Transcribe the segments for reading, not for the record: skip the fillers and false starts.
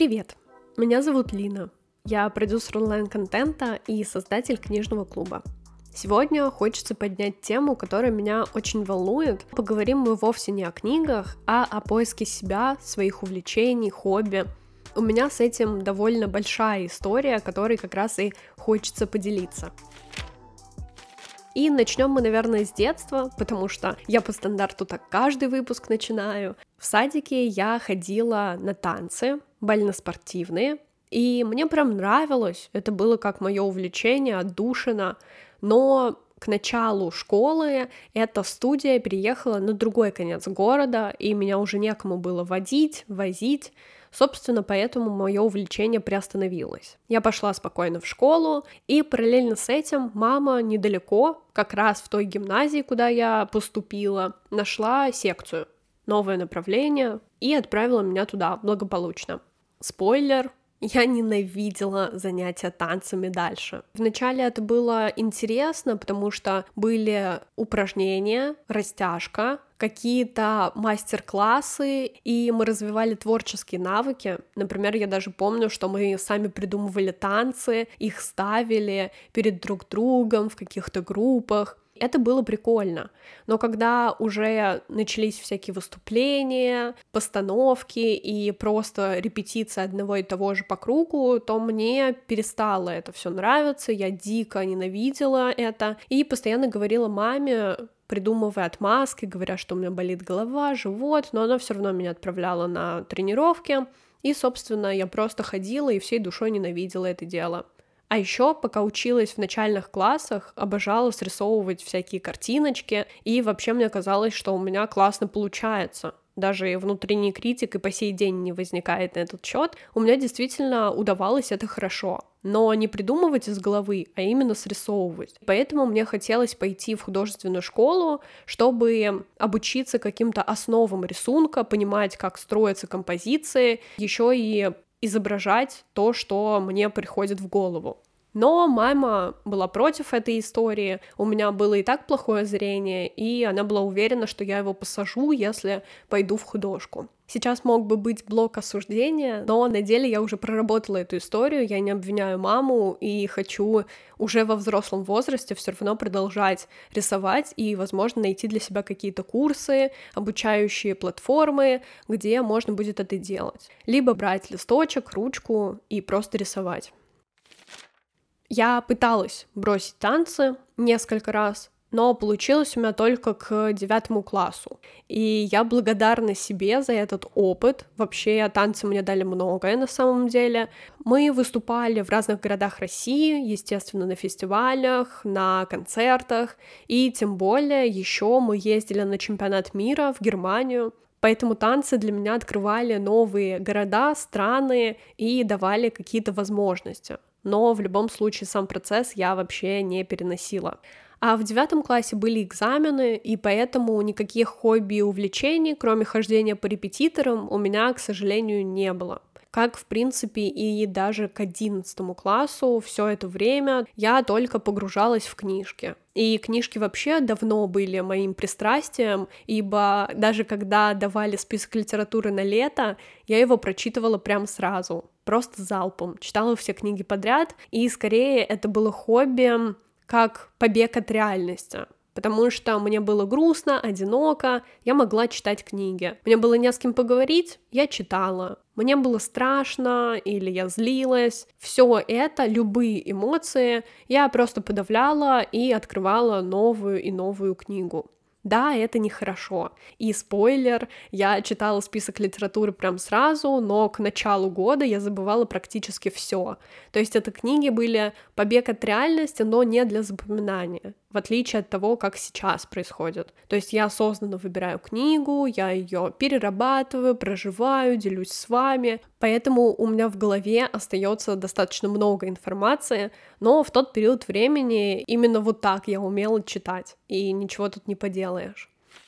Привет! Меня зовут Лина. Я продюсер онлайн-контента и создатель книжного клуба. Сегодня хочется поднять тему, которая меня очень волнует. Поговорим мы вовсе не о книгах, а о поиске себя, своих увлечений, хобби. У меня с этим довольно большая история, которой как раз и хочется поделиться. И начнем мы, наверное, с детства, потому что я по стандарту так каждый выпуск начинаю. В садике я ходила на танцы, бально-спортивные, и мне прям нравилось, это было как мое увлечение, отдушина, но к началу школы эта студия переехала на другой конец города, и меня уже некому было водить, возить. Собственно, поэтому мое увлечение приостановилось. Я пошла спокойно в школу, и параллельно с этим мама недалеко, как раз в той гимназии, куда я поступила, нашла секцию, новое направление, и отправила меня туда благополучно. Спойлер, я ненавидела занятия танцами дальше. Вначале это было интересно, потому что были упражнения, растяжка, какие-то мастер-классы, и мы развивали творческие навыки. Например, я даже помню, что мы сами придумывали танцы, их ставили перед друг другом в каких-то группах. Это было прикольно, но когда уже начались всякие выступления, постановки и просто репетиция одного и того же по кругу, то мне перестало это все нравиться, я дико ненавидела это и постоянно говорила маме, придумывая отмазки, говоря, что у меня болит голова, живот, но она все равно меня отправляла на тренировки, и, собственно, я просто ходила и всей душой ненавидела это дело. А еще, пока училась в начальных классах, обожала срисовывать всякие картиночки, и вообще мне казалось, что у меня классно получается. Даже и внутренний критик и по сей день не возникает на этот счет. У меня действительно удавалось это хорошо. Но не придумывать из головы, а именно срисовывать. Поэтому мне хотелось пойти в художественную школу, чтобы обучиться каким-то основам рисунка, понимать, как строятся композиции, еще и изображать то, что мне приходит в голову. Но мама была против этой истории, у меня было и так плохое зрение, и она была уверена, что я его посажу, если пойду в художку. Сейчас мог бы быть блок осуждения, но на деле я уже проработала эту историю, я не обвиняю маму и хочу уже во взрослом возрасте все равно продолжать рисовать и, возможно, найти для себя какие-то курсы, обучающие платформы, где можно будет это делать. Либо брать листочек, ручку и просто рисовать. Я пыталась бросить танцы несколько раз, но получилось у меня только к 9 классу. И я благодарна себе за этот опыт. Вообще, танцы мне дали многое на самом деле. Мы выступали в разных городах России, естественно, на фестивалях, на концертах, и тем более еще мы ездили на чемпионат мира в Германию. Поэтому танцы для меня открывали новые города, страны и давали какие-то возможности. Но в любом случае сам процесс я вообще не переносила. А в 9 классе были экзамены, и поэтому никаких хобби и увлечений, кроме хождения по репетиторам, у меня, к сожалению, не было. Как, в принципе, и даже к 11 классу все это время я только погружалась в книжки. И книжки вообще давно были моим пристрастием, ибо даже когда давали список литературы на лето, я его прочитывала прям сразу, просто залпом, читала все книги подряд, и скорее это было хобби как побег от реальности. Потому что мне было грустно, одиноко, я могла читать книги. Мне было не с кем поговорить, я читала. Мне было страшно или я злилась. Все это, любые эмоции, я просто подавляла и открывала новую и новую книгу. Да, это нехорошо. И спойлер, я читала список литературы прям сразу, но к началу года я забывала практически все. То есть это книги были побег от реальности, но не для запоминания, в отличие от того, как сейчас происходит. То есть я осознанно выбираю книгу, я ее перерабатываю, проживаю, делюсь с вами, поэтому у меня в голове остается достаточно много информации, но в тот период времени именно вот так я умела читать, и ничего тут не поделаешь.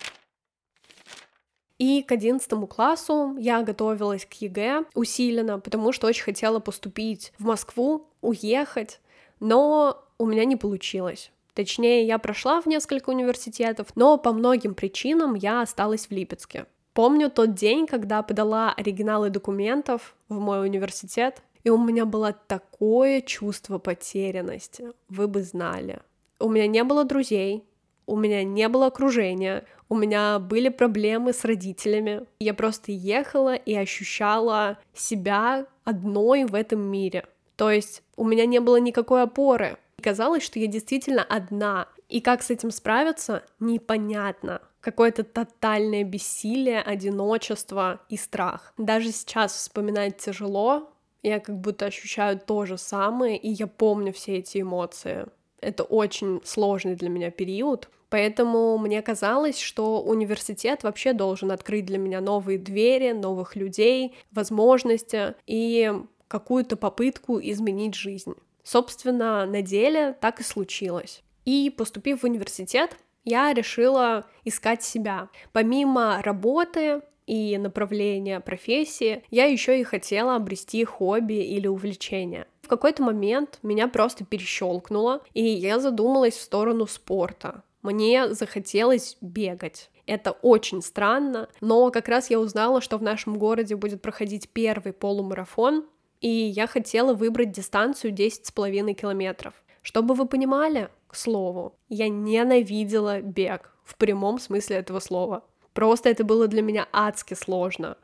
И к 11 классу я готовилась к ЕГЭ усиленно, потому что очень хотела поступить в Москву, уехать, но у меня не получилось. Точнее, я прошла в несколько университетов, но по многим причинам я осталась в Липецке. Помню тот день, когда подала оригиналы документов в мой университет, и у меня было такое чувство потерянности, вы бы знали. У меня не было друзей, у меня не было окружения, у меня были проблемы с родителями. Я просто ехала и ощущала себя одной в этом мире. То есть у меня не было никакой опоры. Казалось, что я действительно одна. И как с этим справиться, непонятно. Какое-то тотальное бессилие, одиночество и страх. Даже сейчас вспоминать тяжело, я как будто ощущаю то же самое, и я помню все эти эмоции. Это очень сложный для меня период, поэтому мне казалось, что университет вообще должен открыть для меня новые двери, новых людей, возможности и какую-то попытку изменить жизнь. Собственно, на деле так и случилось. И поступив в университет, я решила искать себя. Помимо работы и направления профессии, я еще и хотела обрести хобби или увлечение. В какой-то момент меня просто перещелкнуло, и я задумалась в сторону спорта. Мне захотелось бегать. Это очень странно, но как раз я узнала, что в нашем городе будет проходить первый полумарафон, и я хотела выбрать дистанцию 10,5 километров. Чтобы вы понимали, к слову, я ненавидела бег в прямом смысле этого слова. Просто это было для меня адски сложно.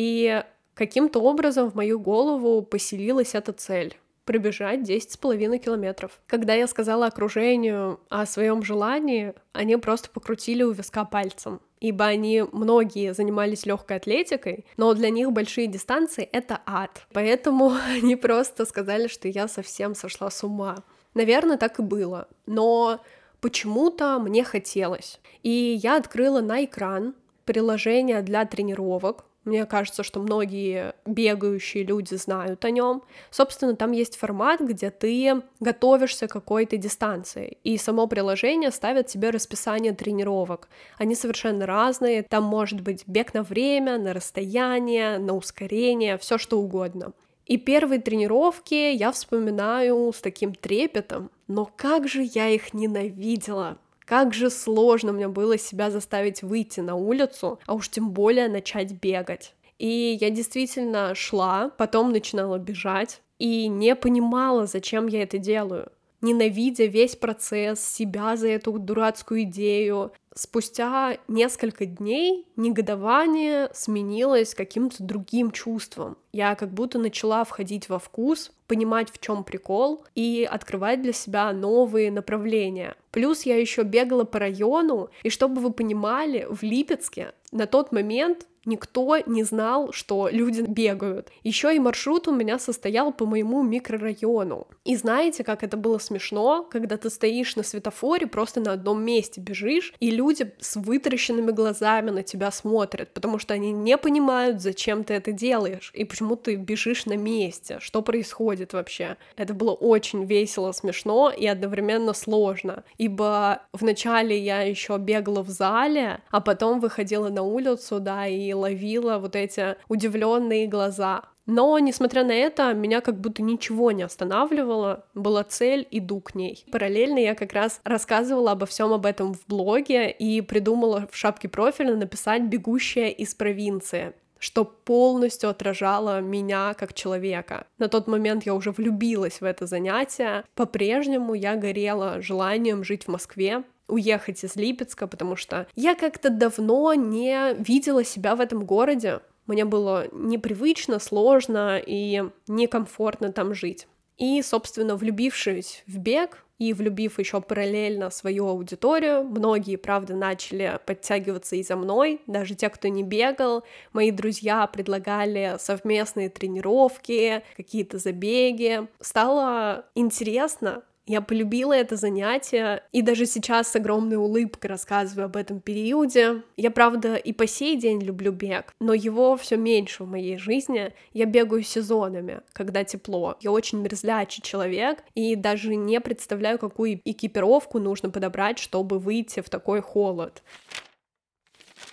И каким-то образом в мою голову поселилась эта цель — пробежать 10,5 километров. Когда я сказала окружению о своем желании, они просто покрутили у виска пальцем, ибо они многие занимались легкой атлетикой, но для них большие дистанции — это ад. Поэтому они просто сказали, что я совсем сошла с ума. Наверное, так и было, но почему-то мне хотелось. И я открыла на экран приложение для тренировок. Мне кажется, что многие бегающие люди знают о нем. Собственно, там есть формат, где ты готовишься к какой-то дистанции, и само приложение ставит тебе расписание тренировок. Они совершенно разные, там может быть бег на время, на расстояние, на ускорение, все что угодно. И первые тренировки я вспоминаю с таким трепетом, но как же я их ненавидела! Как же сложно мне было себя заставить выйти на улицу, а уж тем более начать бегать. И я действительно шла, потом начинала бежать и не понимала, зачем я это делаю. Ненавидя весь процесс, себя за эту дурацкую идею. Спустя несколько дней негодование сменилось каким-то другим чувством. Я как будто начала входить во вкус, понимать, в чем прикол, и открывать для себя новые направления. Плюс я еще бегала по району, и чтобы вы понимали, в Липецке на тот момент никто не знал, что люди бегают. Еще и маршрут у меня состоял по моему микрорайону. И знаете, как это было смешно, когда ты стоишь на светофоре, просто на одном месте бежишь, и люди с вытаращенными глазами на тебя смотрят, потому что они не понимают, зачем ты это делаешь, и почему ты бежишь на месте, что происходит вообще. Это было очень весело, смешно и одновременно сложно, ибо вначале я еще бегала в зале, а потом выходила на улицу, да, и ловила вот эти удивленные глаза. Но, несмотря на это, меня как будто ничего не останавливало, была цель, иду к ней. Параллельно я как раз рассказывала обо всем об этом в блоге и придумала в шапке профиля написать «бегущая из провинции», что полностью отражало меня как человека. На тот момент я уже влюбилась в это занятие. По-прежнему я горела желанием жить в Москве, уехать из Липецка, потому что я как-то давно не видела себя в этом городе. Мне было непривычно, сложно и некомфортно там жить. И, собственно, влюбившись в бег и влюбив еще параллельно свою аудиторию, многие, правда, начали подтягиваться и за мной, даже те, кто не бегал. Мои друзья предлагали совместные тренировки, какие-то забеги. Стало интересно. Я полюбила это занятие, и даже сейчас с огромной улыбкой рассказываю об этом периоде. Я, правда, и по сей день люблю бег, но его все меньше в моей жизни. Я бегаю сезонами, когда тепло. Я очень мерзлячий человек, и даже не представляю, какую экипировку нужно подобрать, чтобы выйти в такой холод.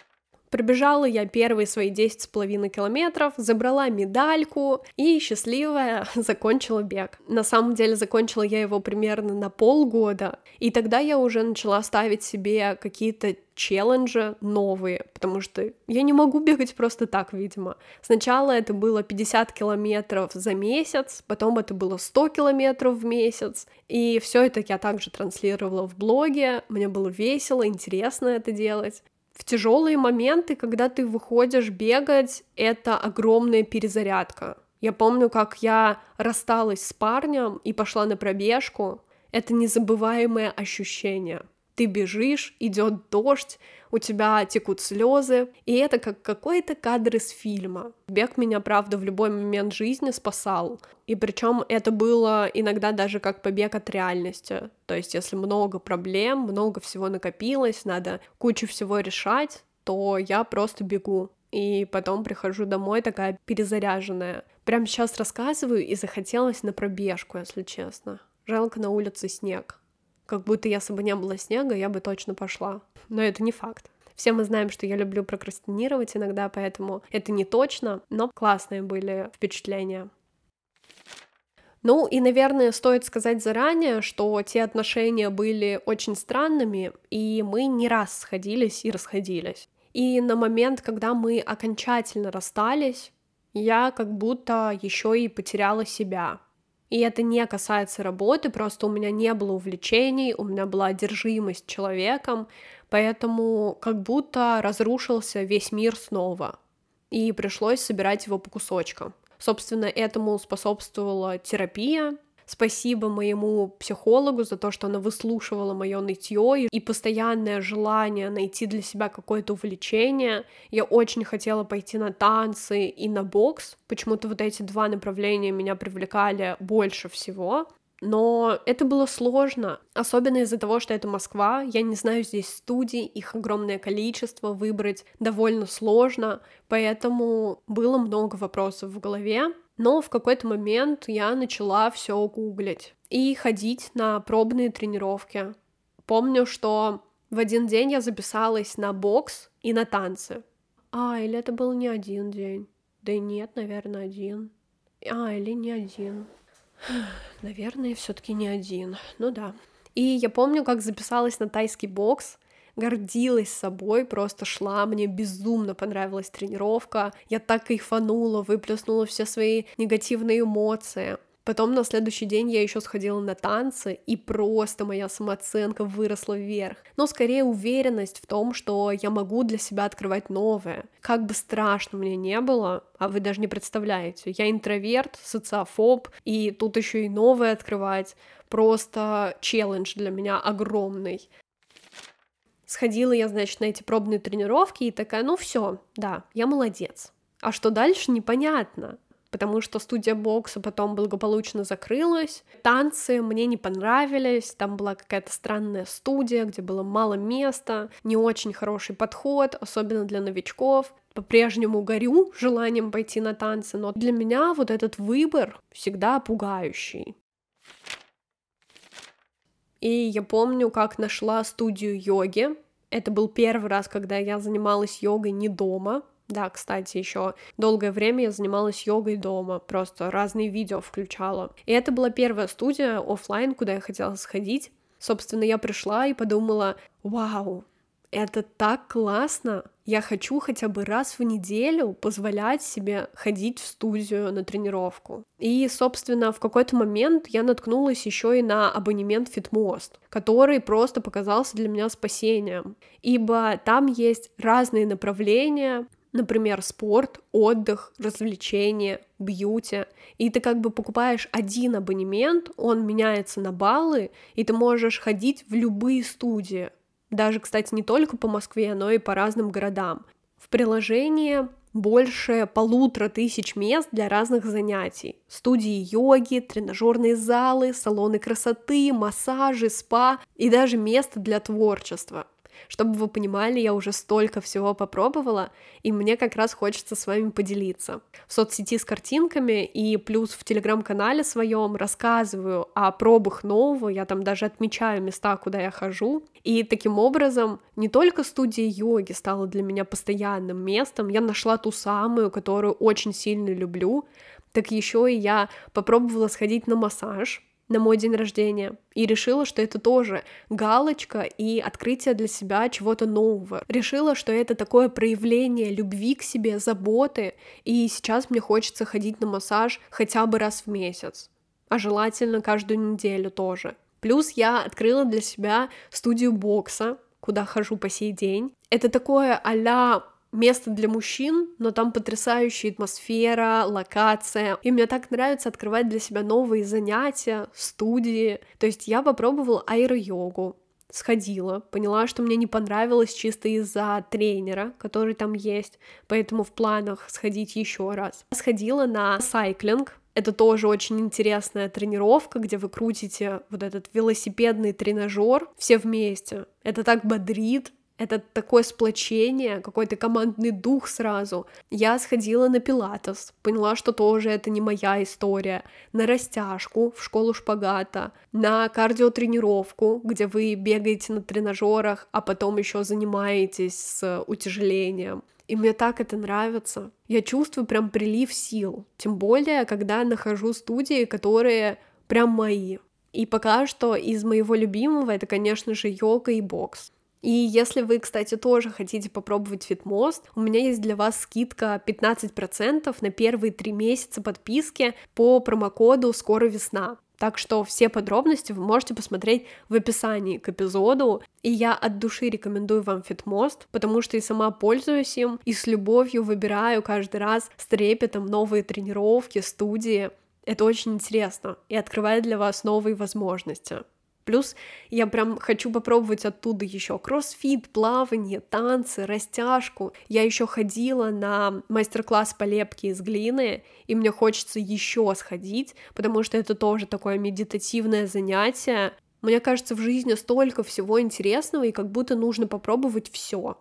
Пробежала я первые свои 10,5 километров, забрала медальку и счастливая закончила бег. На самом деле закончила я его примерно на полгода, и тогда я уже начала ставить себе какие-то челленджи новые, потому что я не могу бегать просто так, видимо. Сначала это было 50 километров за месяц, потом это было 100 километров в месяц, и все это я также транслировала в блоге, мне было весело, интересно это делать. В тяжелые моменты, когда ты выходишь бегать, это огромная перезарядка. Я помню, как я рассталась с парнем и пошла на пробежку. Это незабываемое ощущение. Ты бежишь, идет дождь, у тебя текут слезы, и это как какой-то кадр из фильма. Бег меня, правда, в любой момент жизни спасал. И причем это было иногда даже как побег от реальности. То есть, если много проблем, много всего накопилось, надо кучу всего решать, то я просто бегу. И потом прихожу домой такая перезаряженная. Прямо сейчас рассказываю, и захотелось на пробежку, если честно. Жалко, на улице снег. Как будто если бы не было снега, я бы точно пошла. Но это не факт. Все мы знаем, что я люблю прокрастинировать иногда, поэтому это не точно, но классные были впечатления. Ну и, наверное, стоит сказать заранее, что те отношения были очень странными, и мы не раз сходились и расходились. И на момент, когда мы окончательно расстались, я как будто еще и потеряла себя. И это не касается работы, просто у меня не было увлечений, у меня была одержимость человеком, поэтому как будто разрушился весь мир снова, и пришлось собирать его по кусочкам. Собственно, этому способствовала терапия. Спасибо моему психологу за то, что она выслушивала мое нытье и постоянное желание найти для себя какое-то увлечение. Я очень хотела пойти на танцы и на бокс. Почему-то вот эти два направления меня привлекали больше всего. Но это было сложно, особенно из-за того, что это Москва, я не знаю здесь студий, их огромное количество, выбрать довольно сложно, поэтому было много вопросов в голове, но в какой-то момент я начала все гуглить и ходить на пробные тренировки. Помню, что в один день я записалась на бокс и на танцы. Или это был не один день? Да и нет, наверное, один. Или не один. Наверное, все-таки не один. Ну да. И я помню, как записалась на тайский бокс, гордилась собой, просто шла, мне безумно понравилась тренировка, я так кайфанула, выплеснула все свои негативные эмоции. Потом на следующий день я еще сходила на танцы, и просто моя самооценка выросла вверх. Но скорее уверенность в том, что я могу для себя открывать новое. Как бы страшно мне не было, а вы даже не представляете, я интроверт, социофоб, и тут еще и новое открывать. Просто челлендж для меня огромный. Сходила я, значит, на эти пробные тренировки и такая, ну все, да, я молодец. А что дальше, непонятно. Потому что студия бокса потом благополучно закрылась. Танцы мне не понравились, там была какая-то странная студия, где было мало места, не очень хороший подход, особенно для новичков. По-прежнему горю желанием пойти на танцы, но для меня вот этот выбор всегда пугающий. И я помню, как нашла студию йоги. Это был первый раз, когда я занималась йогой не дома. Да, кстати, еще долгое время я занималась йогой дома, просто разные видео включала. И это была первая студия офлайн, куда я хотела сходить. Собственно, я пришла и подумала, вау, это так классно! Я хочу хотя бы раз в неделю позволять себе ходить в студию на тренировку. И, собственно, в какой-то момент я наткнулась еще и на абонемент Fitmost, который просто показался для меня спасением, ибо там есть разные направления, например, спорт, отдых, развлечения, бьюти, и ты как бы покупаешь один абонемент, он меняется на баллы, и ты можешь ходить в любые студии. Даже, кстати, не только по Москве, но и по разным городам. В приложении больше 1500 мест для разных занятий. Студии йоги, тренажерные залы, салоны красоты, массажи, спа и даже место для творчества. Чтобы вы понимали, я уже столько всего попробовала, и мне как раз хочется с вами поделиться. В соцсети с картинками и плюс в телеграм-канале своем рассказываю о пробах нового, я там даже отмечаю места, куда я хожу, и таким образом не только студия йоги стала для меня постоянным местом, я нашла ту самую, которую очень сильно люблю, так еще и я попробовала сходить на массаж на мой день рождения, и решила, что это тоже галочка и открытие для себя чего-то нового. Решила, что это такое проявление любви к себе, заботы, и сейчас мне хочется ходить на массаж хотя бы раз в месяц, а желательно каждую неделю тоже. Плюс я открыла для себя студию бокса, куда хожу по сей день. Это такое а-ля место для мужчин, но там потрясающая атмосфера, локация. И мне так нравится открывать для себя новые занятия, студии. То есть я попробовала аэро-йогу, сходила, поняла, что мне не понравилось чисто из-за тренера, который там есть, поэтому в планах сходить еще раз. Сходила на сайклинг. Это тоже очень интересная тренировка, где вы крутите вот этот велосипедный тренажер все вместе. Это так бодрит. Это такое сплочение, какой-то командный дух сразу. Я сходила на пилатес, поняла, что тоже это не моя история. На растяжку в школу шпагата, на кардиотренировку, где вы бегаете на тренажерах, а потом еще занимаетесь с утяжелением. И мне так это нравится. Я чувствую прям прилив сил. Тем более, когда нахожу студии, которые прям мои. И пока что из моего любимого это, конечно же, йога и бокс. И если вы, кстати, тоже хотите попробовать Фитмост, у меня есть для вас скидка 15% на первые 3 месяца подписки по промокоду «Скоро весна». Так что все подробности вы можете посмотреть в описании к эпизоду. И я от души рекомендую вам Фитмост, потому что и сама пользуюсь им, и с любовью выбираю каждый раз с трепетом новые тренировки, студии. Это очень интересно и открывает для вас новые возможности. Плюс я прям хочу попробовать оттуда еще кроссфит, плавание, танцы, растяжку. Я еще ходила на мастер-класс по лепке из глины, и мне хочется еще сходить, потому что это тоже такое медитативное занятие. Мне кажется, в жизни столько всего интересного, и как будто нужно попробовать все.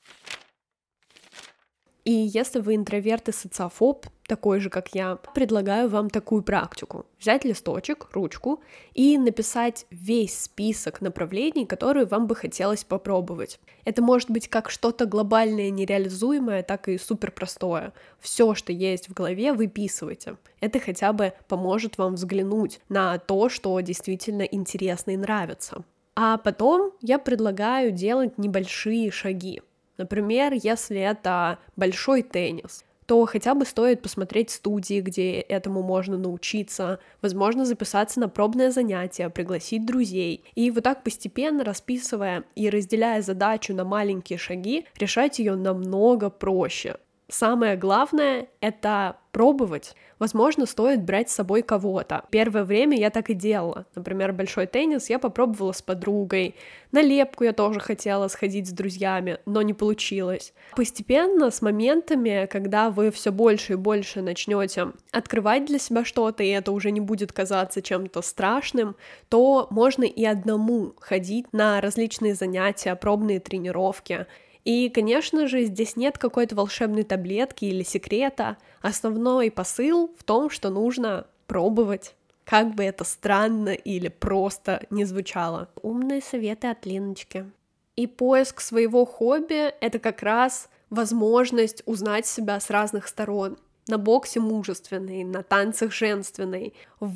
И если вы интроверт и социофоб, такой же, как я, предлагаю вам такую практику. Взять листочек, ручку и написать весь список направлений, которые вам бы хотелось попробовать. Это может быть как что-то глобальное, нереализуемое, так и суперпростое. Все, что есть в голове, выписывайте. Это хотя бы поможет вам взглянуть на то, что действительно интересно и нравится. А потом я предлагаю делать небольшие шаги. Например, если это большой теннис, то хотя бы стоит посмотреть студии, где этому можно научиться, возможно, записаться на пробное занятие, пригласить друзей. И вот так постепенно, расписывая и разделяя задачу на маленькие шаги, решать ее намного проще. Самое главное — это пробовать. Возможно, стоит брать с собой кого-то. Первое время я так и делала. Например, большой теннис я попробовала с подругой. На лепку я тоже хотела сходить с друзьями, но не получилось. Постепенно, с моментами, когда вы все больше и больше начнете открывать для себя что-то, и это уже не будет казаться чем-то страшным, то можно и одному ходить на различные занятия, пробные тренировки. И, конечно же, здесь нет какой-то волшебной таблетки или секрета. Основной посыл в том, что нужно пробовать, как бы это странно или просто не звучало. Умные советы от Линочки. И поиск своего хобби — это как раз возможность узнать себя с разных сторон. На боксе мужественной, на танцах женственной,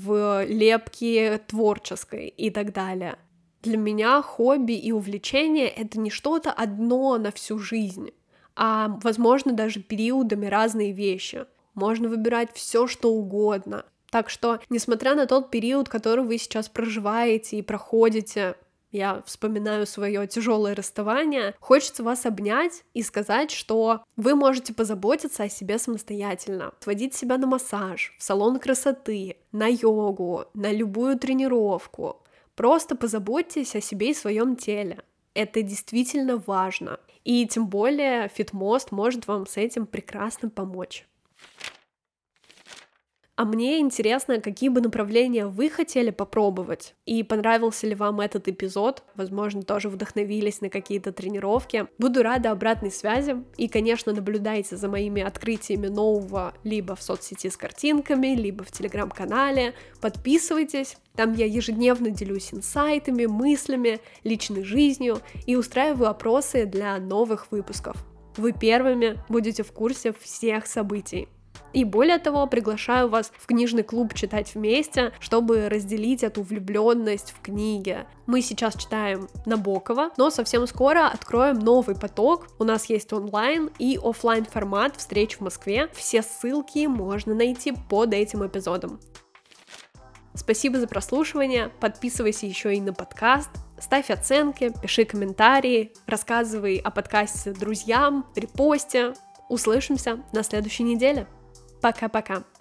в лепке творческой и так далее. Для меня хобби и увлечение — это не что-то одно на всю жизнь, а, возможно, даже периодами разные вещи. Можно выбирать все, что угодно. Так что, несмотря на тот период, который вы сейчас проживаете и проходите, я вспоминаю свое тяжелое расставание, хочется вас обнять и сказать, что вы можете позаботиться о себе самостоятельно, сводить себя на массаж, в салон красоты, на йогу, на любую тренировку. Просто позаботьтесь о себе и своем теле. Это действительно важно. И тем более Фитмост может вам с этим прекрасно помочь. А мне интересно, какие бы направления вы хотели попробовать, и понравился ли вам этот эпизод, возможно, тоже вдохновились на какие-то тренировки. Буду рада обратной связи, и, конечно, наблюдайте за моими открытиями нового либо в соцсети с картинками, либо в телеграм-канале, подписывайтесь, там я ежедневно делюсь инсайтами, мыслями, личной жизнью и устраиваю опросы для новых выпусков. Вы первыми будете в курсе всех событий. И более того, приглашаю вас в книжный клуб читать вместе, чтобы разделить эту влюбленность в книги. Мы сейчас читаем Набокова, но совсем скоро откроем новый поток. У нас есть онлайн и офлайн формат встреч в Москве. Все ссылки можно найти под этим эпизодом. Спасибо за прослушивание, подписывайся еще и на подкаст, ставь оценки, пиши комментарии, рассказывай о подкасте друзьям, репосте. Услышимся на следующей неделе. Пока-пока.